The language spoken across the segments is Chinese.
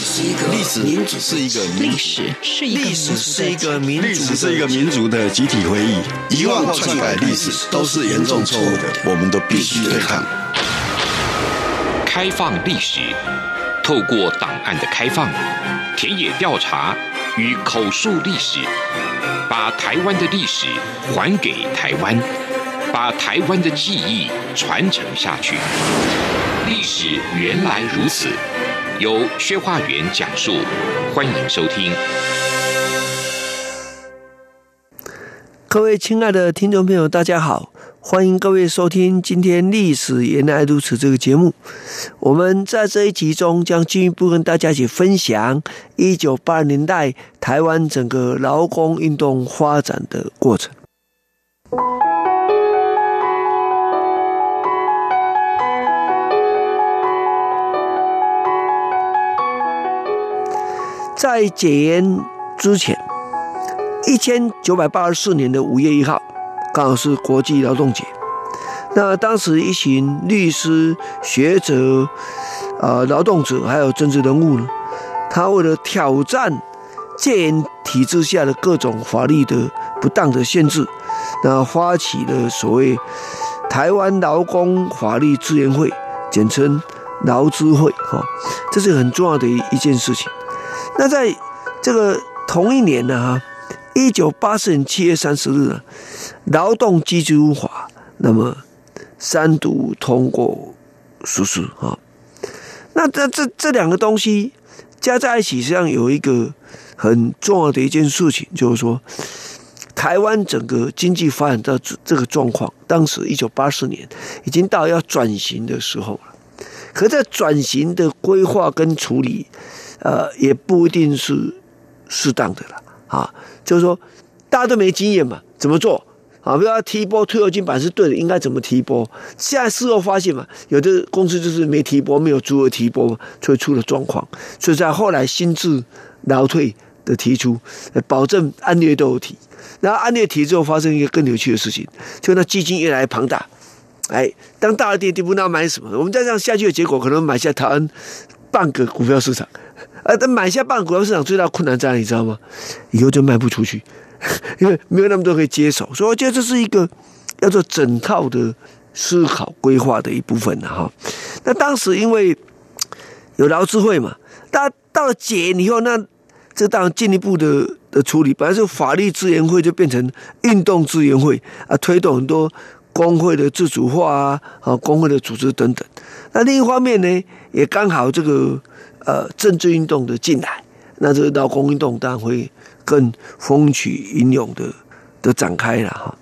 历史是一个民族的集体回忆，遗忘或篡改历史都是严重错误的，我们都必须对抗。 开放历史，透过档案的开放、田野调查与口述历史，把台湾的历史还给台湾，把台湾的记忆传承下去。历史原来如此，由薛化元讲述，欢迎收听。 各位亲爱的听众朋友，大家好，欢迎各位收听今天《历史原来如此》这个节目。我们在这一集中将进一步跟大家一起分享1980年代台湾整个劳工运动发展的过程。在解严之前，1984年的5月1号，刚好是国际劳动节。那当时一群律师、学者、劳动者还有政治人物呢，他为了挑战戒严体制下的各种法律的不当的限制，那发起了所谓台湾劳工法律支援会，简称劳资会，这是很重要的一件事情。那在这个同一年呢，1984年7月30日呢，劳动基础法那么3读通过实施啊。那这两个东西加在一起，实际上有一个很重要的一件事情，就是说台湾整个经济发展到这个状况，当时1984年已经到要转型的时候了。可在转型的规划跟处理，也不一定是适当的了啊。就是说，大家都没经验嘛，怎么做啊？比如说提拨退休金本来是对的，应该怎么提拨？现在事后发现嘛，有的公司就是没提拨，没有足额提拨，所以出了状况。所以在后来新制劳退的提出，保证安略都有提。然后安略提之后，发生一个更有趣的事情，就那基金越来越庞大。当大的跌地不知道买什么，我们再这样下去的结果，可能买下台湾半个股票市场。但买下半个股票市场最大的困难在哪里，你知道吗？以后就卖不出去，因为没有那么多可以接手。所以我觉得这是一个要做整套的思考规划的一部分哈。那当时因为有劳资会嘛，大家到了解严以后，那这当然进一步的处理，本来是法律支援会就变成运动支援会啊，推动很多工会的自主化工会的组织等等。那另一方面呢，也刚好这个政治运动的进来，那这个劳工运动当然会更风起云涌的展开了哈。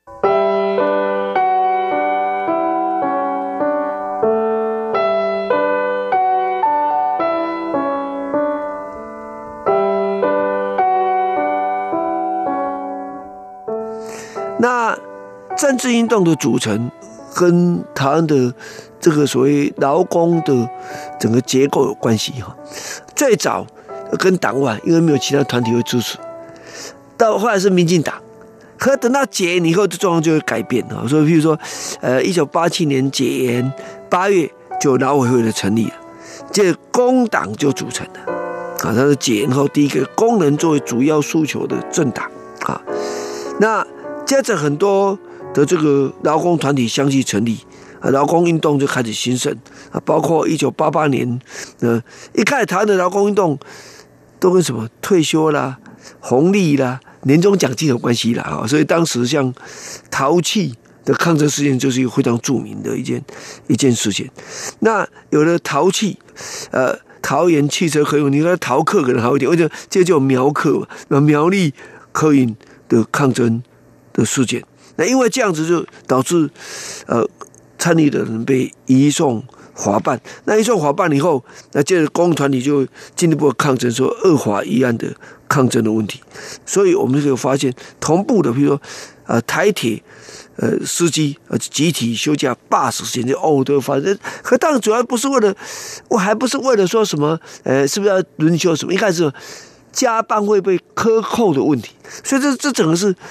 那政治运动的组成跟台湾的这个所谓劳工的整个结构有关系哈。最早跟党外，因为没有其他团体会支持，到后来是民进党。可等到解严以后，这状况就会改变哈。所以，譬如说，1987年解严8月就有劳委会的成立了，这个工党就组成了啊。它是解严后第一个工人作为主要诉求的政党啊。那接着很多的这个劳工团体相继成立，劳工运动就开始兴盛啊，包括1988年，一开始台湾的劳工运动都跟什么退休啦、红利啦、年终奖金有关系啦啊，所以当时像陶器的抗争事件就是一个非常著名的一件事情。那有了陶器，桃园汽车客运，你说陶客可能好一点，为什么这就有苗客嘛？苗栗客运的抗争的事件，那因为这样子就导致参与的人被移送法办，那移送法办以后，那接着工团体就进一步的抗争，说二法一案的抗争的问题。所以我们就可以发现，同步的，比如说台铁司机集体休假80时间，就都发生。可当然主要不是为了，我还不是为了说什么是不是要轮休什么，一开始加班会被克扣的问题。所以这整个是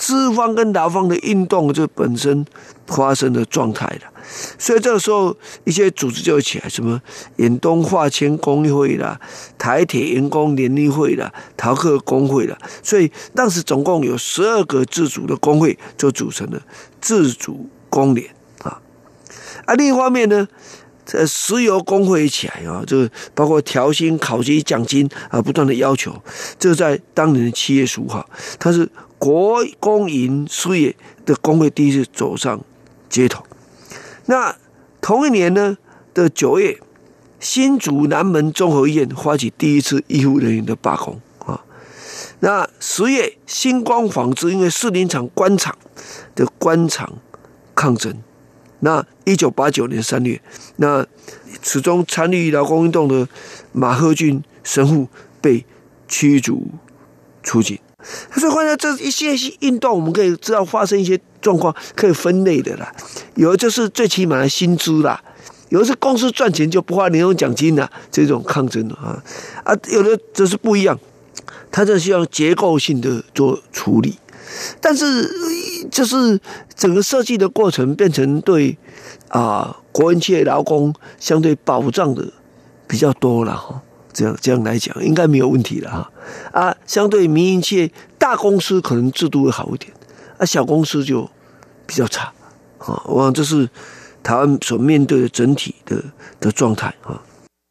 资方跟劳方的运动就本身发生的状态了。所以这个时候一些组织就起来，什么远东化纤工会啦、台铁员工联谊会啦、陶客工会啦，所以当时总共有12个自主的工会，就组成了自主工联啊。另一方面呢，石油工会起来啊，这个包括调薪、考绩、奖金啊，不断的要求。这在当年的7月15号，它是国公营事业的工会第一次走上街头。那同一年呢的9月，新竹南门综合医院发起第一次医护人员的罢工啊。那10月，星光纺织因为士林厂关厂的关厂抗争。那1989年3月，那始终参与劳工运动的马赫俊神父被驱逐出境。所以，换到这一些运动，我们可以知道发生一些状况，可以分类的啦。有的就是最起码的薪资啦，有的是公司赚钱就不发年终奖金啦，这种抗争啊，有的则是不一样，他就需要结构性的做处理。但是，就是整个设计的过程变成对国营企业劳工相对保障的比较多了哈。这样来讲，应该没有问题了哈。相对民营企业，大公司可能制度会好一点，小公司就比较差啊。我想这是台湾所面对的整体的状态啊。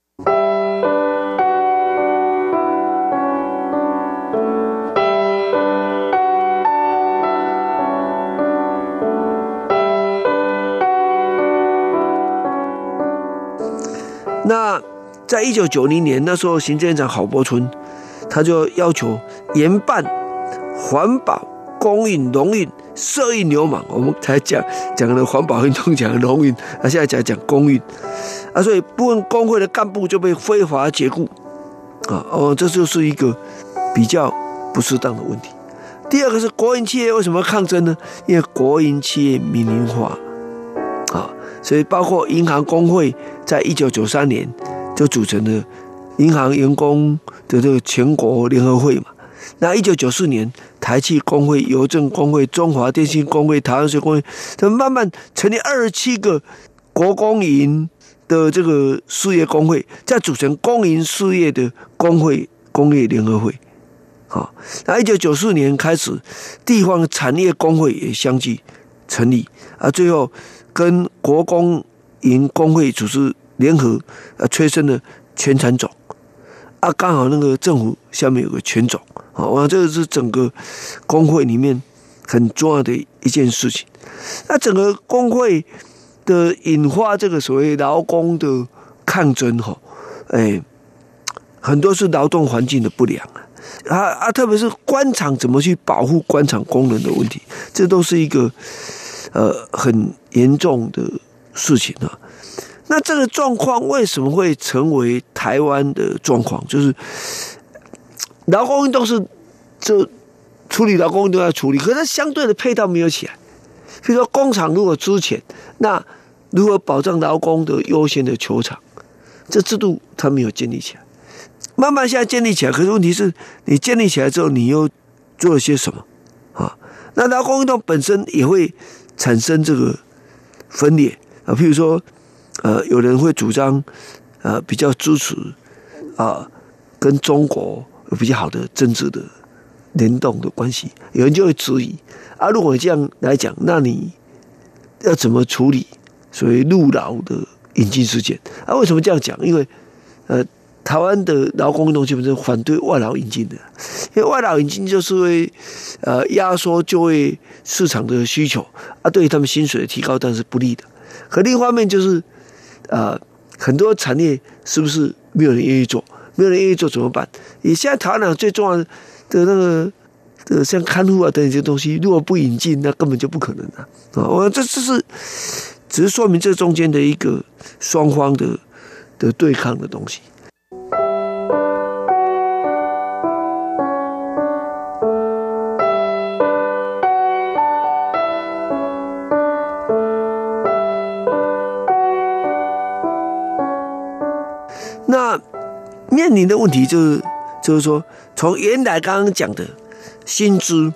那在1990年，那时候行政院长郝柏村，他就要求严办环保、公运、农运、社运流氓。我们才讲了环保运动，讲了农运，现在讲公运所以部分工会的干部就被非法解雇这就是一个比较不适当的问题。第二个是国营企业为什么抗争呢？因为国营企业民营化所以包括银行工会在1993年就组成了银行员工的这个全国联合会嘛。那1994年，台企工会、邮政工会、中华电信工会、台湾水工会，他们慢慢成立27个国公营的这个事业工会，再组成公营事业的工会工业联合会。那1994年开始，地方产业工会也相继成立最后跟国公营工会组织联合催生了全产总刚好那个政府下面有个全总这个是整个工会里面很重要的一件事情。那整个工会的引发这个所谓劳工的抗争很多是劳动环境的不良特别是官场怎么去保护官场工人的问题，这都是一个很严重的事情那这个状况为什么会成为台湾的状况？就是劳工运动就处理劳工运动要处理，可是它相对的配套没有起来。比如说工厂如果资遣，那如何保障劳工的优先的求偿？这制度它没有建立起来。慢慢现在建立起来，可是问题是你建立起来之后，你又做了些什么那劳工运动本身也会产生这个分裂譬如说有人会主张比较支持跟中国有比较好的政治的联动的关系，有人就会质疑如果这样来讲，那你要怎么处理所谓陆劳的引进事件为什么这样讲？因为台湾的劳工运动基本上反对外劳引进的，因为外劳引进就是会压缩就业市场的需求对于他们薪水的提高当然是不利的。可另一方面就是很多产业是不是没有人愿意做？没有人愿意做怎么办？以现在台湾最重要的那个像看护等这些东西，如果不引进，那根本就不可能我这是只是说明这中间的一个双方的对抗的东西。那面临的问题就是说，从原来刚刚讲的薪资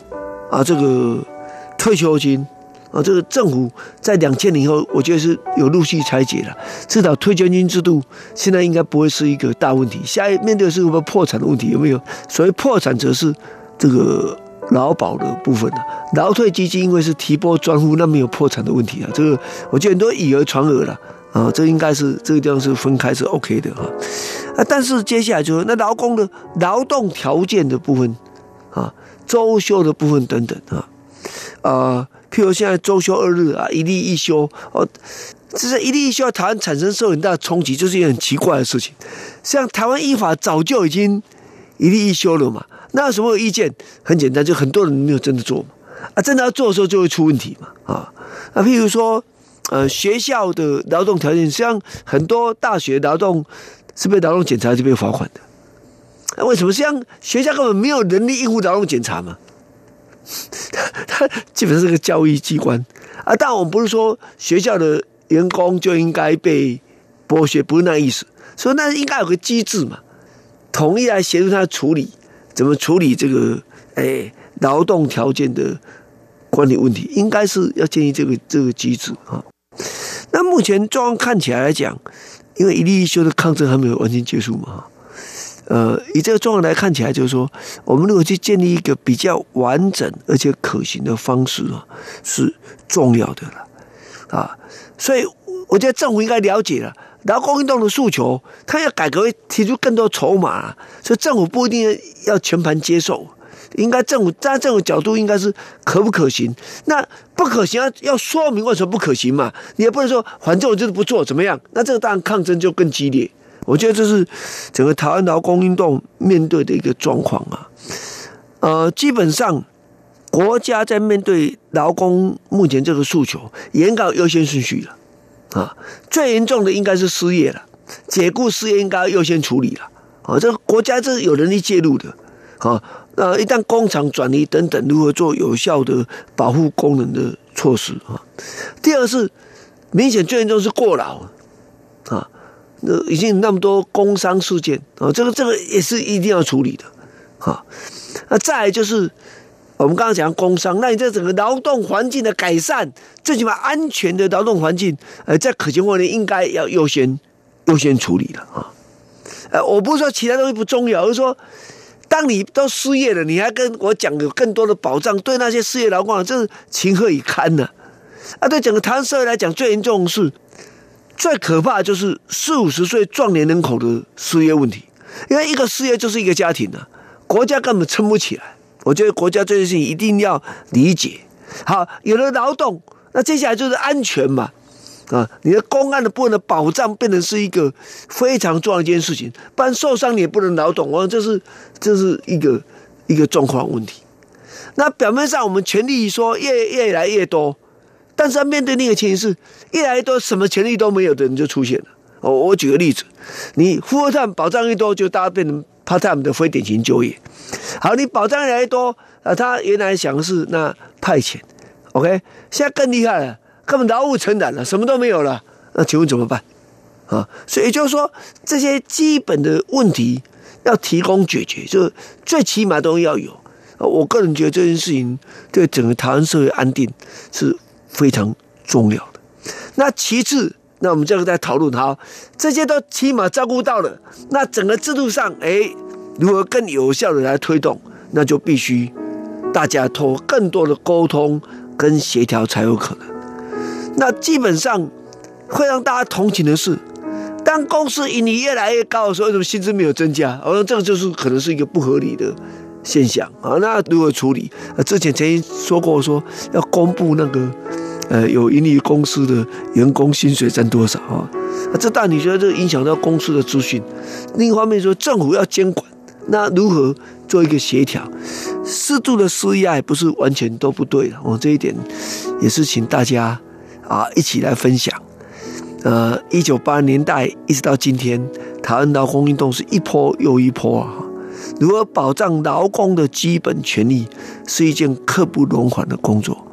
这个退休金这个政府在2000年以后，我觉得是有陆续裁解了，至少退休金制度现在应该不会是一个大问题。下一面对的是有没有破产的问题？有没有？所谓破产则是这个劳保的部分劳退基金因为是提拨专户，那没有破产的问题这个我觉得很多以讹传讹了这应该是这个地方是分开是 OK 的但是接下来就说那劳工的劳动条件的部分周休的部分等等譬如现在周休2日一例一休这是一例一休，台湾产生受很大的冲击，就是一件很奇怪的事情。像台湾依法早就已经一例一休了嘛，那有什么有意见？很简单，就很多人没有真的做嘛真的要做的时候就会出问题嘛譬如说学校的劳动条件，像很多大学劳动是被劳动检查就被罚款的，为什么？像学校根本没有能力应付劳动检查嘛。它基本上是个教育机关当然我们不是说学校的员工就应该被剥削，不是那意思，所以那应该有个机制嘛，统一来协助他处理，怎么处理这个劳动条件的管理问题，应该是要建立这个机制那目前状况看起来来讲，因为一例一休的抗争还没有完全结束嘛以这个状况来看起来，就是说，我们如果去建立一个比较完整而且可行的方式是重要的了所以我觉得政府应该了解了劳工运动的诉求，他要改革会提出更多筹码所以政府不一定要全盘接受，应该站在政府角度应该是可不可行，那不可行要说明为什么不可行嘛，你也不能说反正我就是不做怎么样，那这个当然抗争就更激烈。我觉得这是整个台湾劳工运动面对的一个状况基本上国家在面对劳工目前这个诉求，严格优先顺序了最严重的应该是失业了，解雇失业应该优先处理了这个国家这是有能力介入的一旦工厂转移等等，如何做有效的保护工人的措施第二是明显最严重是过劳已经有那么多工伤事件这个也是一定要处理的那再来就是我们刚刚讲工伤，那你这整个劳动环境的改善，最起码安全的劳动环境在可行范围内应该要优先处理了我不是说其他东西不重要，而是说当你都失业了，你还跟我讲有更多的保障，对那些失业劳工这是情何以堪呢对整个台湾社会来讲，最严重的是最可怕的就是40-50岁壮年人口的失业问题，因为一个失业就是一个家庭国家根本撑不起来。我觉得国家这件事情一定要理解。好，有了劳动，那接下来就是安全嘛你的公安的部分的保障变成是一个非常重要的一件事情，不然受伤你也不能劳动这是一个状况问题。那表面上我们权利说越来越多，但是要面对那个情形是越来越多什么权利都没有的人就出现了我举个例子，你full time保障越多，就大家变成 part time 的非典型就业。好，你保障越来越多他原来想的是那派遣 OK， 现在更厉害了，根本劳务承揽了，什么都没有了，那请问怎么办所以也就是说这些基本的问题要提供解决，就最起码都要有我个人觉得这件事情对整个台湾社会安定是非常重要的。那其次，那我们这个在讨论好，这些都起码照顾到了，那整个制度上如何更有效的来推动，那就必须大家透过更多的沟通跟协调才有可能。那基本上会让大家同情的是，当公司盈利越来越高的时候，为什么薪资没有增加？这个就是可能是一个不合理的现象那如何处理？之前曾经说过说要公布那个有盈利公司的员工薪水占多少这当然你觉得这影响到公司的资讯。另一方面说政府要监管，那如何做一个协调？适度的施压也不是完全都不对的这一点也是请大家一起来分享。1980年代一直到今天，台湾劳工运动是一波又一波如何保障劳工的基本权利，是一件刻不容缓的工作。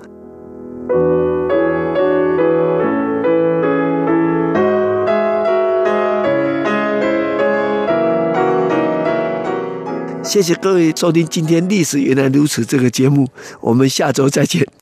谢谢各位收听今天《历史原来如此》这个节目，我们下周再见。